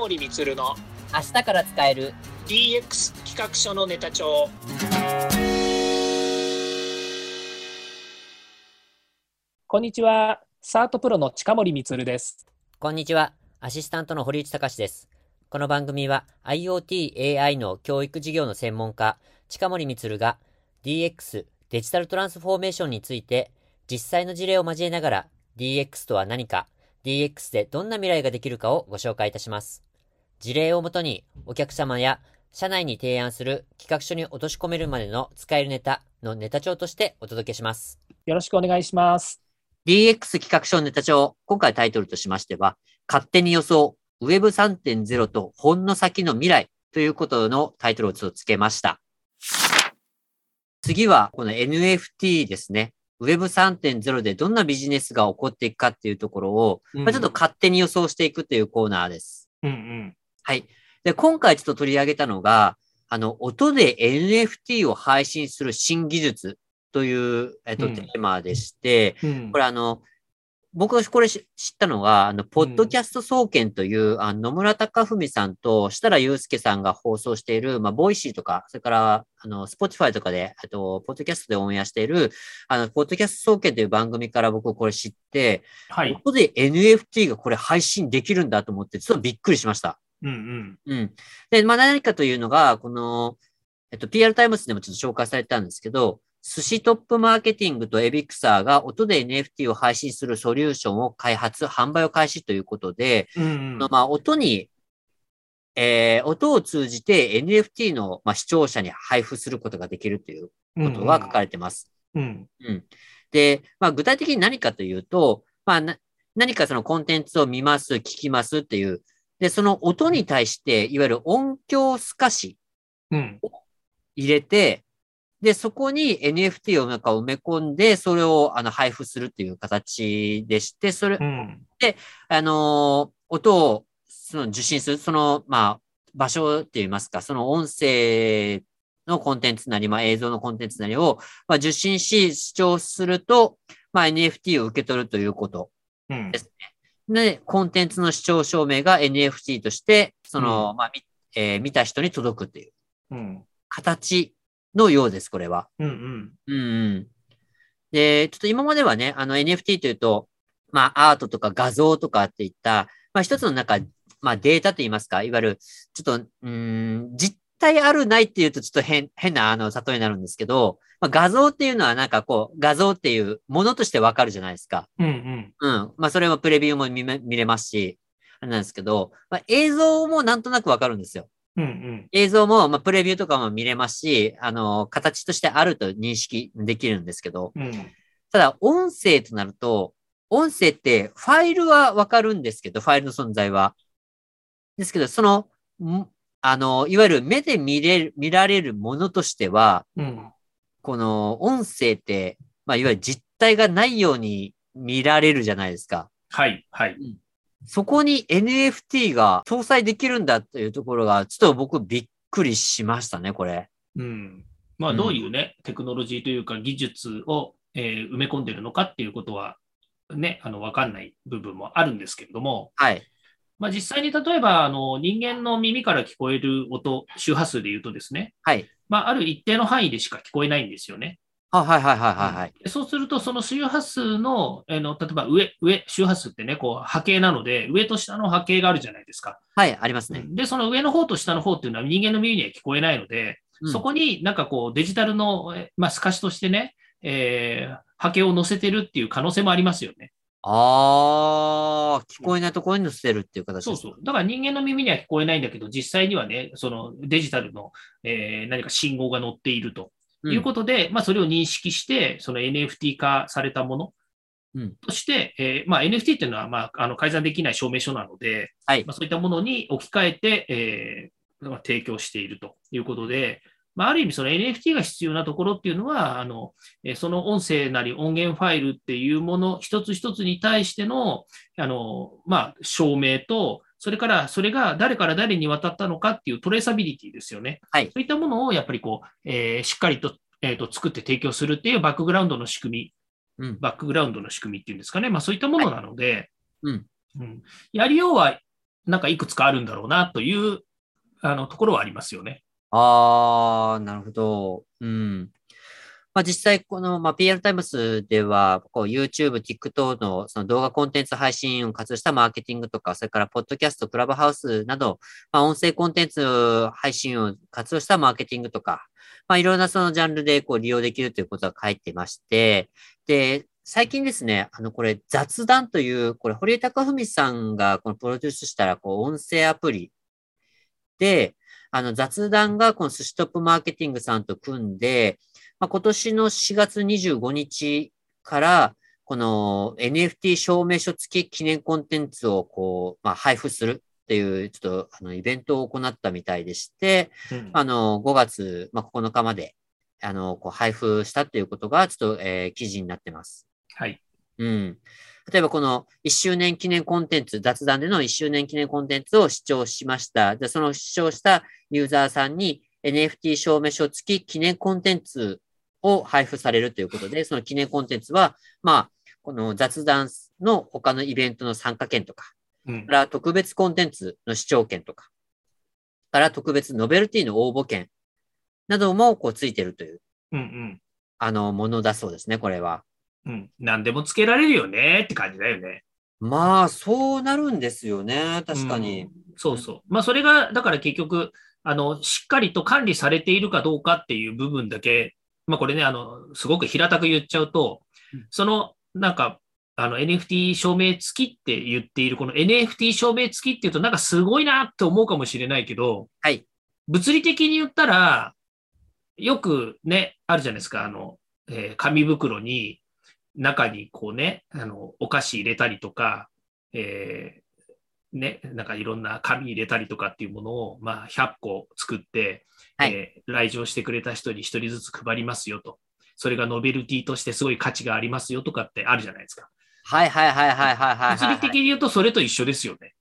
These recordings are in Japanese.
森充の明日から使える DX 企画書のネタ帳。こんにちは、サートプロの近森充です。 こんにちは、アシスタントの堀内隆です。この番組は IoT、AI の教育事業の専門家、近森充が DX、デジタルトランスフォーメーションについて実際の事例を交えながら DX とは何か、DX でどんな未来ができるかをご紹介いたします。事例をもとにお客様や社内に提案する企画書に落とし込めるまでの使えるネタのネタ帳としてお届けします。 よろしくお願いします。 DX 企画書ネタ帳、今回タイトルとしましては、勝手に予想、Web3.0 とほんの先の未来ということのタイトルをつけました。次はこの NFT ですね。Web3.0 でどんなビジネスが起こっていくかっていうところを、ちょっと勝手に予想していくというコーナーです。はい。で、今回ちょっと取り上げたのが、音で NFT を配信する新技術という、テーマでして、これ僕がこれ知ったのが、ポッドキャスト総研という、野村隆文さんと設楽祐介さんが放送している、ボイシーとか、それから、スポティファイとかで、ポッドキャストでオンエアしている、ポッドキャスト総研という番組から僕これ知って、はい、音で NFT がこれ配信できるんだと思って、ちょっとびっくりしました。で、何かというのが、この、PR タイムズでもちょっと紹介されたんですけど、寿司トップマーケティングとエビクサーが音で NFT を配信するソリューションを開発、販売を開始ということで、音を通じて NFT の、視聴者に配布することができるということが書かれています。で、具体的に何かというと、何かそのコンテンツを見ます、聞きますっていう、で、その音に対して、いわゆる音響透かしを入れて、で、そこに NFT を埋め込んで、それを配布するっていう形でして、それで、音を受信する、場所って言いますか、その音声のコンテンツなり、映像のコンテンツなりを、受信し、視聴すると、NFT を受け取るということですね。で、コンテンツの視聴証明が NFT として、見た人に届くっていう形のようです、これは。で、ちょっと今まではね、NFT というと、アートとか画像とかっていった、一つのデータといいますか、いわゆる、ちょっと、実体あるないっていうとちょっと変な例えになるんですけど、画像っていうのは画像っていうものとしてわかるじゃないですか。それもプレビューも見れますし、あれなんですけど、映像もなんとなくわかるんですよ。映像も、プレビューとかも見れますし、形としてあると認識できるんですけど、ただ、音声となると、音声ってファイルはわかるんですけど、ファイルの存在は。ですけど、いわゆる目で見られるものとしては、この音声って、いわゆる実体がないように見られるじゃないですか。そこに NFT が搭載できるんだというところが、ちょっと僕びっくりしましたね、これ。 どういうね、テクノロジーというか技術を、埋め込んでるのかっていうことは、ね、わかんない部分もあるんですけれども、実際に例えば、人間の耳から聞こえる音、周波数で言うとですね、ある一定の範囲でしか聞こえないんですよね。そうすると、その周波数の、例えば周波数ってね、波形なので、上と下の波形があるじゃないですか。 ありますね。 で、その上の方と下の方っていうのは人間の耳には聞こえないので、そこにデジタルの、透かしとしてね、波形を載せてるっていう可能性もありますよね。 聞こえないところに載せてるっていう形です。 だから人間の耳には聞こえないんだけど、実際にはね、そのデジタルの、何か信号が載っていると。いうことで、それを認識して、その NFT 化されたものとして、NFT っていうのは、改ざんできない証明書なので、そういったものに置き換えて、提供しているということで、ある意味その NFT が必要なところっていうのは、その音声なり音源ファイルっていうもの一つ一つに対しての、証明と、それからそれが誰から誰に渡ったのかっていうトレーサビリティですよね。そういったものをやっぱりしっかりと、作って提供するっていうバックグラウンドの仕組み、バックグラウンドの仕組みっていうんですかね。そういったものなので、やりようはなんかいくつかあるんだろうなというところはありますよね。 ああ、なるほど。うん。まあ、実際、この、まあ、PR タイムスでは、こう、YouTube、TikTok のその動画コンテンツ配信を活用したマーケティングとか、それから、ポッドキャスト、クラブハウスなど、まあ、音声コンテンツ配信を活用したマーケティングとか、まあ、いろんなそのジャンルでこう利用できるということが書いてまして、で、最近ですね、これ、雑談という、これ、堀江貴文さんがこのプロデュースした、こう、音声アプリで、雑談がこの寿司トップマーケティングさんと組んで、まあ、今年の4月25日から、この NFT 証明書付き記念コンテンツをこう、まあ、配布するっていう、ちょっと、イベントを行ったみたいでして、5月、まあ、9日まで、こう配布したっていうことが、ちょっと、記事になってます。 はい。 うん。例えばこの1周年記念コンテンツ、雑談での1周年記念コンテンツを視聴しました。で、その視聴したユーザーさんに NFT 証明書付き記念コンテンツを配布されるということで、その記念コンテンツは、まあ、この雑談の他のイベントの参加券とか、から特別コンテンツの視聴券とか、から特別ノベルティの応募券などもこうついてるという、ものだそうですね、これは。 うん。何でもつけられるよねって感じだよね。 まあ、そうなるんですよね。確かに。 そうそう。まあ、それが、だから結局、しっかりと管理されているかどうかっていう部分だけ、まあ、これね、すごく平たく言っちゃうと、その、なんか、NFT 証明付きって言っている、この NFT 証明付きっていうと、なんかすごいなって思うかもしれないけど、 はい。 物理的に言ったら、よくね、あるじゃないですか、紙袋に、中にこうね、お菓子入れたりとか、ね、なんかいろんな紙入れたりとかっていうものを、まあ、100個作って、 はい、 来場してくれた人に1人ずつ配りますよと。それがノベルティとしてすごい価値がありますよとかってあるじゃないですか。 はいはいはいはいはいはい、 物理的に言うとそれと一緒ですよね。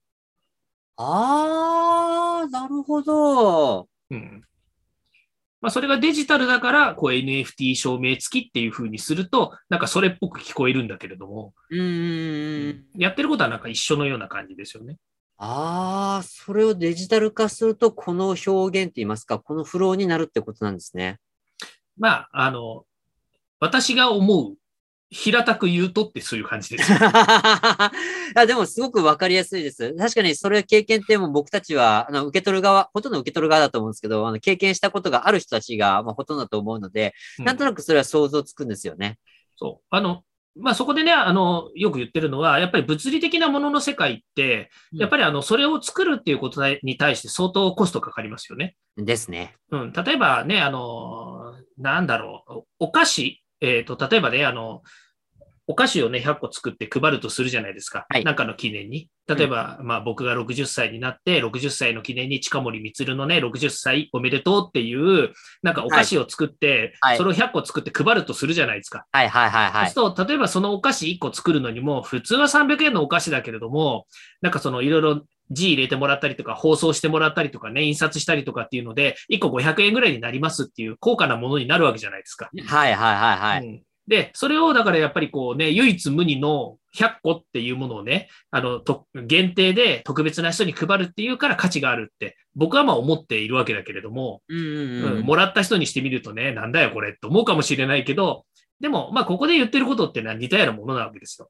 ああ、なるほど。 うん。まあ、それがデジタルだから、こう NFT 証明付きっていう風にすると、なんかそれっぽく聞こえるんだけれども、やってることはなんか一緒のような感じですよね。 ああ、それをデジタル化すると、この表現といいますか、このフローになるってことなんですね。 まあ、私が思う、平たく言うとってそういう感じです。 でもすごくわかりやすいです。確かにそれ経験ってもう僕たちは、受け取る側、ほとんど受け取る側だと思うんですけど、経験したことがある人たちが、まあ、ほとんどだと思うので、なんとなくそれは想像つくんですよね。 そう。まあ、そこでね、よく言ってるのは、やっぱり物理的なものの世界って、やっぱりそれを作るっていうことに対して相当コストかかりますよね。 ですね。 うん。例えばね、なんだろう、お菓子、例えばね、お菓子をね、100個作って配るとするじゃないですか。 はい。 なんかの記念に。例えば、まあ僕が60歳になって、60歳の記念に近森光のね、60歳おめでとうっていう、なんかお菓子を作って、 はい、 それを100個作って配るとするじゃないですか。 はいはいはいはい。 そうすると、例えばそのお菓子1個作るのにも、普通は300円のお菓子だけれども、なんかそのいろいろ字入れてもらったりとか、包装してもらったりとかね、印刷したりとかっていうので、1個500円ぐらいになりますっていう高価なものになるわけじゃないですか。 はいはいはいはい。 で、それをだからやっぱりこうね、唯一無二の100個っていうものをね、限定で特別な人に配るっていうから価値があるって、僕はまあ思っているわけだけれども、もらった人にしてみるとね、なんだよこれって思うかもしれないけど、でも、まあここで言ってることってのは似たようなものなわけですよ。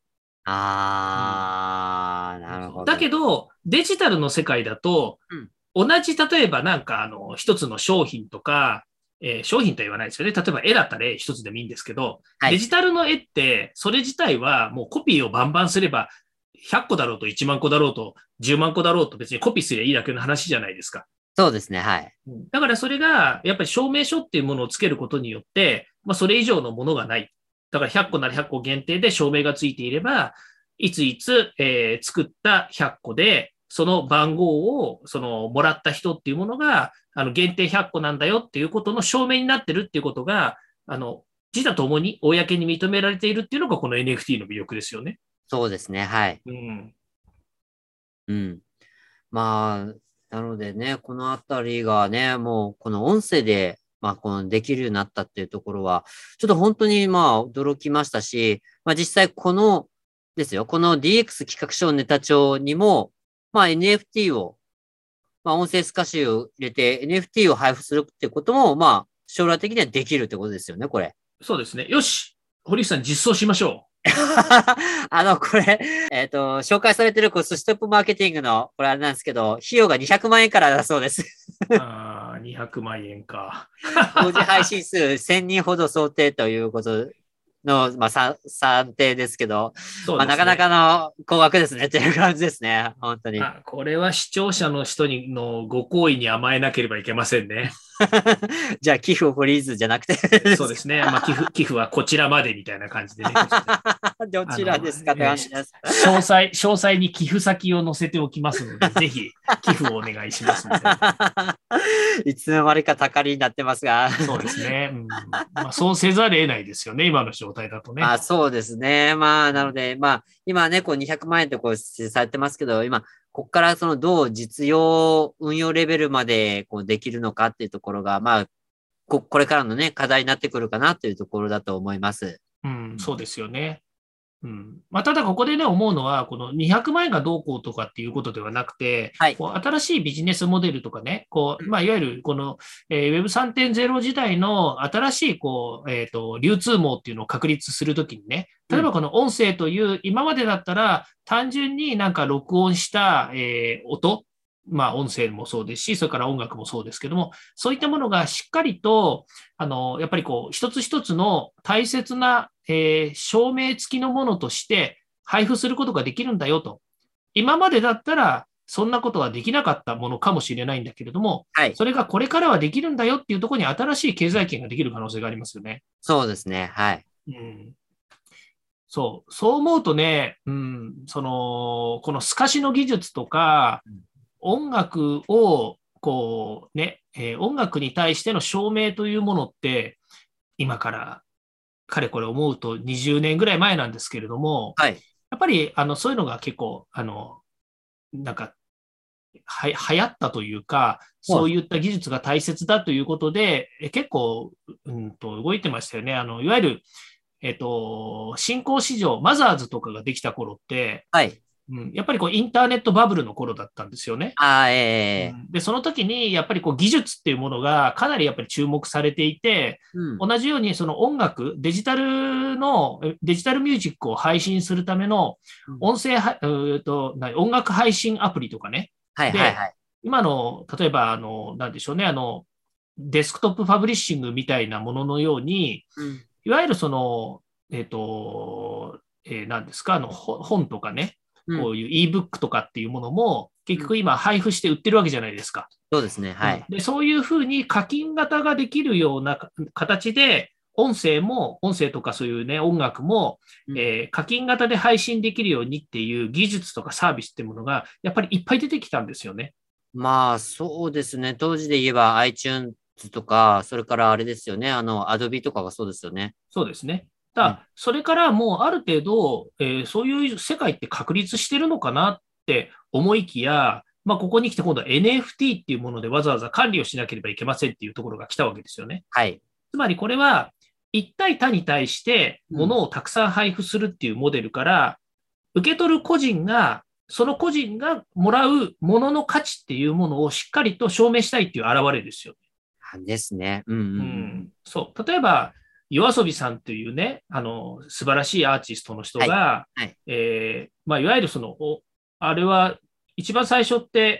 なるほど。 だけど、デジタルの世界だと、同じ例えばなんか一つの商品とか、商品とは言わないですよね。例えば絵だったら絵一つでもいいんですけど、はい、デジタルの絵って、それ自体はもうコピーをバンバンすれば、100個だろうと1万個だろうと10万個だろうと別にコピーすればいいだけの話じゃないですか。 そうですね。はい。 だからそれが、やっぱり証明書っていうものをつけることによって、まあそれ以上のものがない。だから100個なら100個限定で証明がついていれば、いついつ、作った100個で、その番号を、もらった人っていうものが、限定100個なんだよっていうことの証明になってるっていうことが、自他ともに公に認められているっていうのが、この NFT の魅力ですよね。 そうですね。はい。まあ、なのでね、このあたりがね、もう、この音声で、まあ、このできるようになったっていうところは、ちょっと本当にまあ、驚きましたし、まあ実際この、ですよ、この DX 企画書ネタ帳にも、 まあ NFT を、まあ音声透かしを入れて NFT を配布するってことも、まあ将来的にはできるってことですよね、これ。 そうですね。よし堀内さん実装しましょこれ、紹介されてるストップマーケティングの、これあれなんですけど、費用が200万円からだそうです。 う。200万円か。 同時配信数1000人ほど想定ということの、まあ、算定ですけど、 そうですね。 まあ、なかなかの高額ですねっていう感じですね。本当に。 これは視聴者の人のご好意に甘えなければいけませんね。 じゃあ、寄付フリーズじゃなくてそうですね。まあ、寄付はこちらまでみたいな感じでね。 どちらですかって感じです。 詳細に寄付先を載せておきますので、ぜひ寄付をお願いしますので。 いつの間にか高りになってますが。 そうですね。まあ、そうせざるを得ないですよね、今の状態だとね。 そうですね。まあ、なので、まあ、今ね、200万円って指定されてますけど、今、ここからどう実用、運用レベルまでできるのかっていうところが、まあ、これからのね、課題になってくるかなというところだと思います。 そうですよね。まあ、ただここでね、思うのは、この200万円がどうこうとかっていうことではなくて、 はい、 新しいビジネスモデルとかね、まあ、いわゆるこの、Web3.0 時代の新しい流通網っていうのを確立するときにね、例えばこの音声という、今までだったら単純になんか録音した、音、まあ、音声もそうですし、それから音楽もそうですけども、そういったものがしっかりと、やっぱり一つ一つの大切な、証明付きのものとして配布することができるんだよと。今までだったら、そんなことはできなかったものかもしれないんだけれども、 はい、 それがこれからはできるんだよっていうところに新しい経済圏ができる可能性がありますよね。 そうですね。はい。 そう思うとね、この透かしの技術とか、音楽を、音楽に対しての証明というものって、今からかれこれ思うと20年ぐらい前なんですけれども、 はい、 やっぱりそういうのが結構、なんか流行ったというか、そういった技術が大切だということで、結構、動いてましたよね。いわゆる、新興市場、マザーズとかができた頃って、 はい。 やっぱりインターネットバブルの頃だったんですよね。で、その時にやっぱり技術っていうものがかなりやっぱり注目されていて、同じようにその音楽、デジタルミュージックを配信するための音楽配信アプリとかね。今の、例えば、なんでしょうね、デスクトップパブリッシングみたいなもののように、いわゆる何ですか、本とかね、こういう e-book とかっていうものも、結局今配布して売ってるわけじゃないですか。 そうですね。はい。 で、そういうふうに課金型ができるような形で、音声とかそういうね、音楽も、課金型で配信できるようにっていう技術とかサービスっていうものが、やっぱりいっぱい出てきたんですよね。 まあ、そうですね。当時で言えば iTunes とか、それからあれですよね。Adobe とかがそうですよね。 そうですね。それからもうある程度、そういう世界って確立してるのかなって思いきや、まあ、ここに来て今度は NFT っていうものでわざわざ管理をしなければいけませんっていうところが来たわけですよね。 はい。 つまりこれは、一対他に対して物をたくさん配布するっていうモデルから、受け取る個人が、その個人がもらうものの価値っていうものをしっかりと証明したいっていう表れですよ。 ですね。 そう。例えば、YOASOBIさんというね、素晴らしいアーティストの人が、まあ、いわゆるあれは、一番最初って、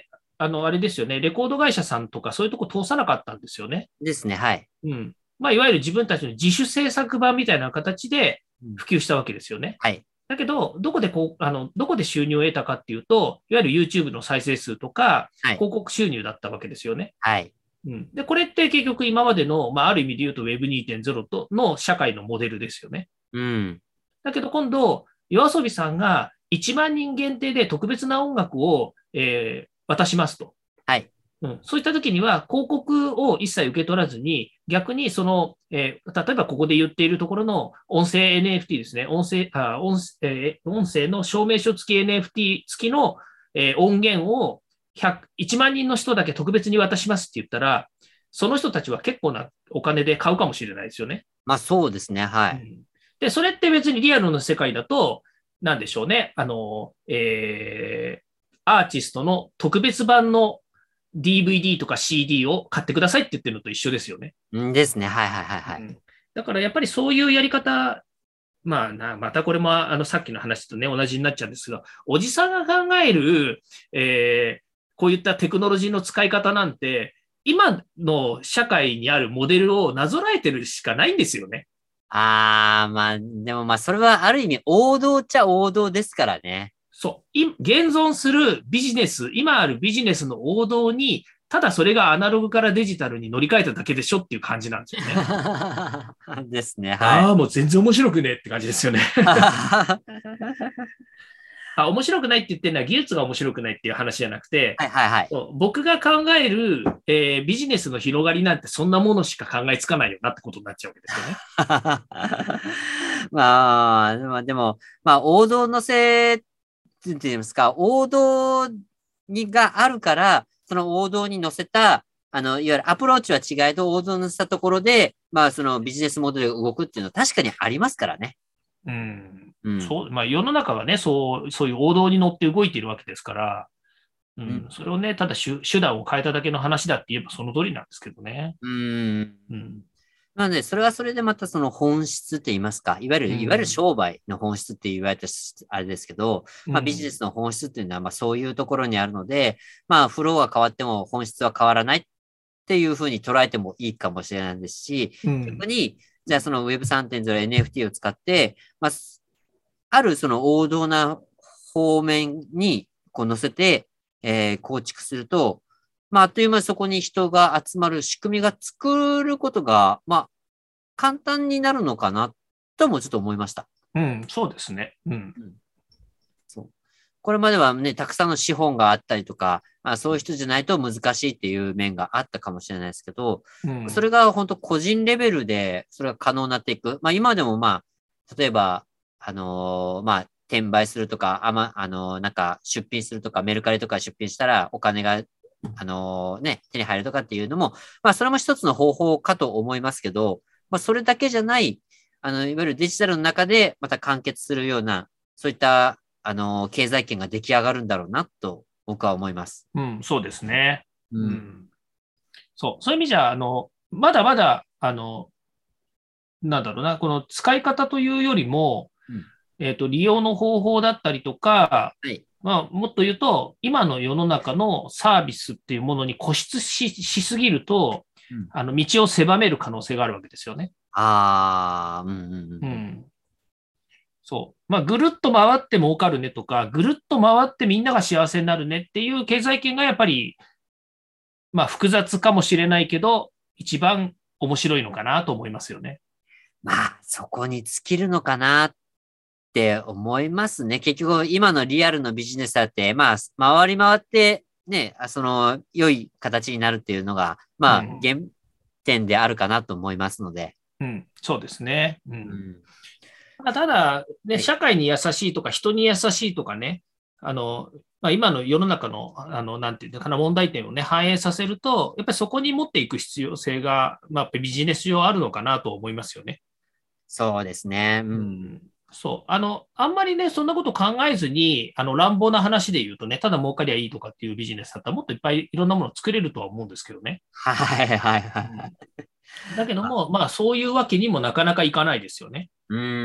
あれですよね、レコード会社さんとかそういうとこ通さなかったんですよね。 ですね、はい。 まあ、いわゆる自分たちの自主制作版みたいな形で普及したわけですよね。 はい。 だけど、どこで収入を得たかっていうと、いわゆる YouTube の再生数とか、広告収入だったわけですよね。 はい。 で、これって結局今までの、まあ、ある意味で言うと Web2.0 の社会のモデルですよね。だけど今度、YOASOBIさんが1万人限定で特別な音楽を、渡しますと。 はい。 そういった時には広告を一切受け取らずに、逆に例えばここで言っているところの音声 NFT ですね。音声の証明書付き NFT 付きの、音源を1万人の人だけ特別に渡しますって言ったら、その人たちは結構なお金で買うかもしれないですよね。 まあそうですね。はい。 で、それって別にリアルの世界だと、なんでしょうね。 アーティストの特別版の DVD とか CD を買ってくださいって言ってるのと一緒ですよね。 ですね。はいはいはいはい。 だからやっぱりそういうやり方、またこれもさっきの話とね、同じになっちゃうんですが、おじさんが考える、こういったテクノロジーの使い方なんて、今の社会にあるモデルをなぞらえてるしかないんですよね。 でもそれはある意味王道っちゃ王道ですからね。 そう。現存するビジネス、今あるビジネスの王道に、ただそれがアナログからデジタルに乗り換えただけでしょっていう感じなんですよね。ですね。はい。 もう全然面白くねって感じですよね。面白くないって言ってるのは技術が面白くないっていう話じゃなくて、 はいはいはい。 僕が考える、ビジネスの広がりなんてそんなものしか考えつかないよなってことになっちゃうわけですよね。 でも、王道のせって言いますか、王道があるから、その王道に乗せた、いわゆるアプローチは違えど、王道に乗せたところで、そのビジネスモデルが動くっていうのは確かにありますからね。 そう、世の中はね、そういう王道に乗って動いているわけですから、それをね、ただ手段を変えただけの話だって言えばその通りなんですけどね。 なので、それはそれでまたその本質って言いますか、いわゆる商売の本質って言われたあれですけど、ビジネスの本質っていうのはそういうところにあるので、フローが変わっても本質は変わらないっていうふうに捉えてもいいかもしれないですし、逆に、じゃあその Web3.0 NFT を使って、あるその王道な方面にこう乗せて、構築すると、あっという間にそこに人が集まる仕組みが作ることが、簡単になるのかなともちょっと思いました。 そうですね。 そう。これまではね、たくさんの資本があったりとか、そういう人じゃないと難しいっていう面があったかもしれないですけど、それが本当個人レベルでそれが可能になっていく。今でも例えば、転売するとか、なんか出品するとか、メルカリとか出品したらお金が、手に入るとかっていうのも、それも一つの方法かと思いますけど、それだけじゃない、いわゆるデジタルの中でまた完結するような、そういった、経済圏が出来上がるんだろうなと僕は思います。 そうですね。そういう意味じゃ、まだまだ、なんだろうな、この使い方というよりも、利用の方法だったりとか、もっと言うと、今の世の中のサービスっていうものに固執しすぎると、道を狭める可能性があるわけですよね。そう。ぐるっと回って儲かるねとか、ぐるっと回ってみんなが幸せになるねっていう経済圏がやっぱり、複雑かもしれないけど、一番面白いのかなと思いますよね。 そこに尽きるのかなって思いますね。結局、今のリアルのビジネスだって、回り回って、ね、良い形になるっていうのが、原点であるかなと思いますので。 そうですね。ただ、ね、社会に優しいとか、人に優しいとかね、今の世の中の、なんていうのかな、問題点をね、反映させると、やっぱりそこに持っていく必要性が、ビジネス上あるのかなと思いますよね。 そうですね。 そう。あんまりね、そんなこと考えずに、乱暴な話で言うとね、ただ儲かりゃいいとかっていうビジネスだったら、もっといっぱいいろんなものを作れるとは思うんですけどね。だけども、そういうわけにもなかなかいかないですよね。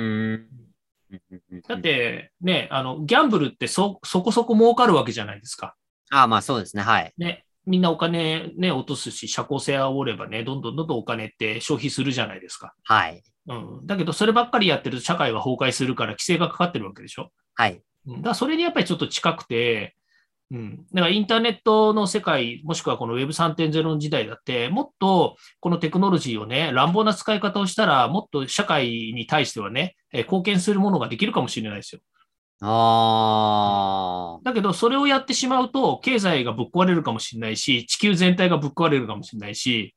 だってね、ギャンブルってそこそこ儲かるわけじゃないですか。 そうですね。はい。 ね、みんなお金ね、落とすし、社交性煽ればね、どんどんお金って消費するじゃないですか。 はい。 だけど、そればっかりやってると社会が崩壊するから規制がかかってるわけでしょ。 はい。 だからそれにやっぱりちょっと近くて、だからインターネットの世界、もしくはこの Web3.0 の時代だって、もっとこのテクノロジーをね、乱暴な使い方をしたら、もっと社会に対してはね、貢献するものができるかもしれないですよ。だけど、それをやってしまうと、経済がぶっ壊れるかもしれないし、地球全体がぶっ壊れるかもしれないし、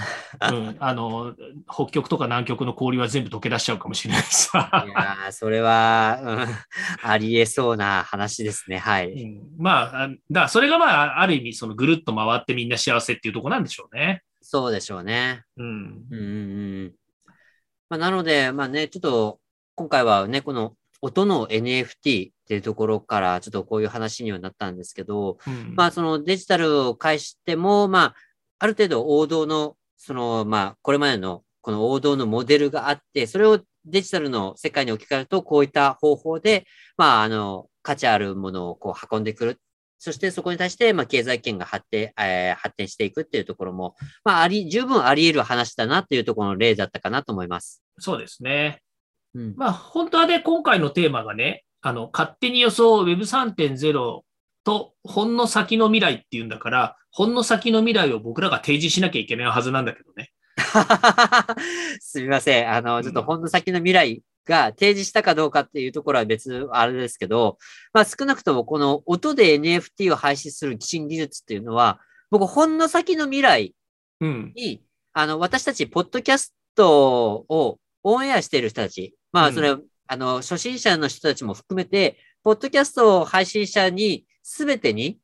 北極とか南極の氷は全部溶け出しちゃうかもしれないしさ。 いやそれは、ありえそうな話ですね。はい。 それがある意味、そのぐるっと回ってみんな幸せっていうところなんでしょうね。 そうでしょうね。なので、ちょっと、今回はね、この音の NFT っていうところからちょっとこういう話にはなったんですけど、そのデジタルを介しても、ある程度王道の、これまでのこの王道のモデルがあって、それをデジタルの世界に置き換えると、こういった方法で、価値あるものをこう運んでくる。そしてそこに対して、経済圏が発展していくっていうところも、十分あり得る話だなっていうところの例だったかなと思います。 そうですね。 うん、 本当はね、今回のテーマがね、勝手に予想 Web3.0 と、ほんの先の未来っていうんだから、ほんの先の未来を僕らが提示しなきゃいけないはずなんだけどね。 すみません。ちょっとほんの先の未来が提示したかどうかっていうところは別、あれですけど、少なくともこの音で NFT を配信する新技術っていうのは、僕、ほんの先の未来に、私たち、ポッドキャストをオンエアしている人たち、それ、初心者の人たちも含めて、ポッドキャスト配信者に、すべてに、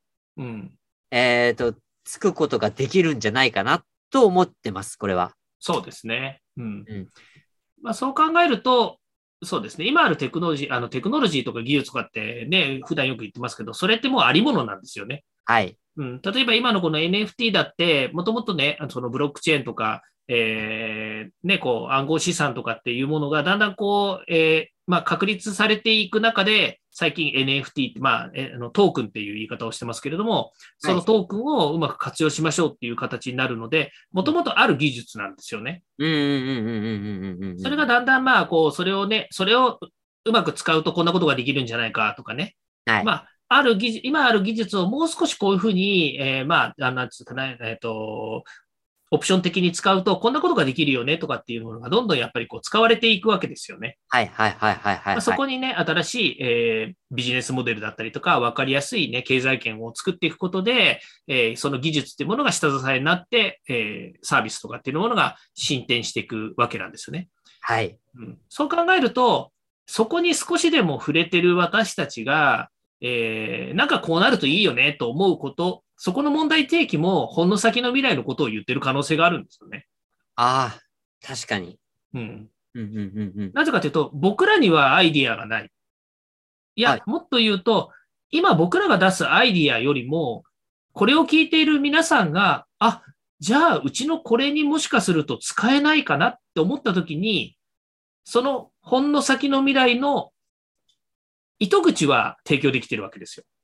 つくことができるんじゃないかなと思ってます、これは。 そうですね。そう考えると、そうですね。今あるテクノロジーとか技術とかってね、普段よく言ってますけど、それってもうありものなんですよね。 はい。 例えば今のこの NFT だって、もともとね、そのブロックチェーンとか、こう暗号資産とかっていうものがだんだんこう、確立されていく中で、最近 NFT って、トークンっていう言い方をしてますけれども、そのトークンをうまく活用しましょうっていう形になるので、もともとある技術なんですよね。それがだんだんそれをうまく使うとこんなことができるんじゃないかとかね。 はい。 今ある技術をもう少しこういうふうに、なんつうかな、オプション的に使うと、こんなことができるよねとかっていうものがどんどんやっぱりこう使われていくわけですよね。そこにね、新しい、ビジネスモデルだったりとか、わかりやすいね、経済圏を作っていくことで、その技術っていうものが下支えになって、サービスとかっていうものが進展していくわけなんですよね。 はい。 そう考えると、そこに少しでも触れてる私たちが、なんかこうなるといいよねと思うこと、そこの問題提起もほんの先の未来のことを言ってる可能性があるんですよね。 ああ、確かに。 なぜかというと、僕らにはアイディアがない。いや、もっと言うと、今僕らが出すアイディアよりも、これを聞いている皆さんが、じゃあうちのこれにもしかすると使えないかなって思ったときに、そのほんの先の未来の糸口は提供できてるわけですよ。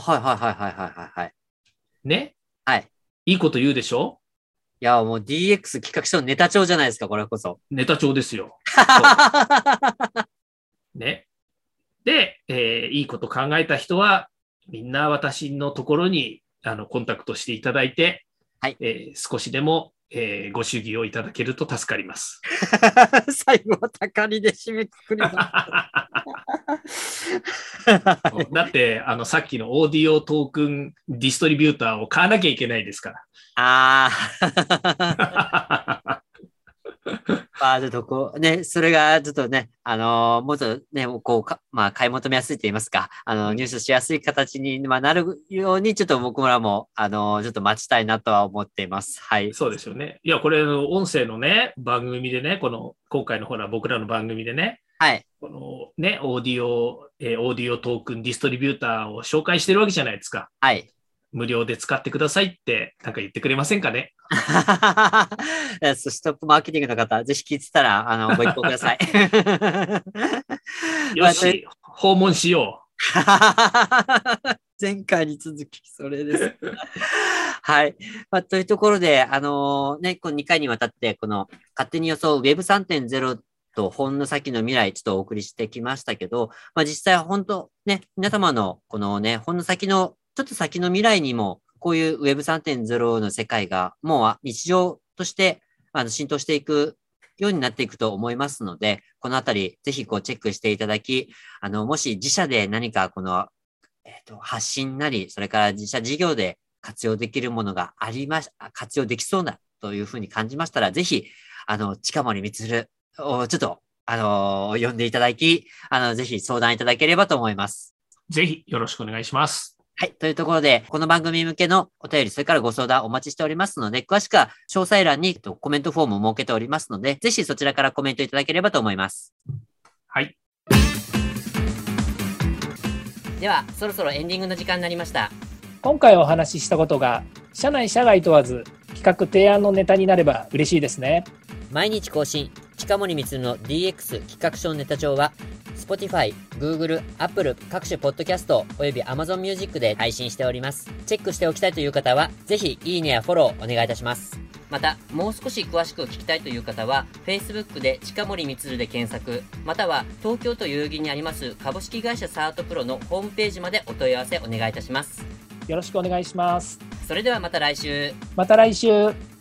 ね。 はい。 いいこと言うでしょ？ いや、もう DX 企画書のネタ帳じゃないですか、これこそ。 ネタ帳ですよ。ね。で、いいこと考えた人は、みんな私のところにコンタクトしていただいて、 はい。 少しでも、ご祝儀をいただけると助かります。 最後は高利で締めくくりだってさっきのオーディオトークンディストリビューターを買わなきゃいけないですから。 ちょっとこうね、それがちょっとね、もうちょっとね、こう買い求めやすいと言いますか、入手しやすい形に、なるように、ちょっと僕らも、ちょっと待ちたいなとは思っています。はい。 そうですよね。いや、これ、音声のね、番組でね、今回の僕らの番組でね、 はい。 このね、オーディオトークンディストリビューターを紹介してるわけじゃないですか。 はい。 無料で使ってくださいってなんか言ってくれませんかね。 ストップマーケティングの方、ぜひ聞いてたら、ご一報ください。 よし、訪問しよう。 前回に続き、それです。はい。というところで、この2回にわたって、この勝手に予想 Web3.0 とほんの先の未来、ちょっとお送りしてきましたけど、実際本当ね、皆様のこのね、ほんの先のちょっと先の未来にも、こういう Web3.0 の世界がもう日常として浸透していくようになっていくと思いますので、このあたりぜひチェックしていただき、もし自社で何かこの、発信なり、それから自社事業で活用できるものが活用できそうなというふうに感じましたら、ぜひ、近森光をちょっと、呼んでいただき、ぜひ相談いただければと思います。 ぜひよろしくお願いします。 はい。というところで、この番組向けのお便り、それからご相談お待ちしておりますので、詳しくは詳細欄にコメントフォームを設けておりますので、ぜひそちらからコメントいただければと思います。 はい。 では、そろそろエンディングの時間になりました。 今回お話ししたことが、社内社外問わず、企画提案のネタになれば嬉しいですね。 毎日更新、近森光の DX 企画書ネタ帳は、Spotify、Google、Apple 各種ポッドキャストおよび Amazon Music で配信しております。チェックしておきたいという方は、ぜひいいねやフォローお願いいたします。また、もう少し詳しく聞きたいという方は、Facebook で近森光で検索、または東京都代々木にあります株式会社サートプロのホームページまでお問い合わせお願いいたします。 よろしくお願いします。 それではまた来週。 また来週。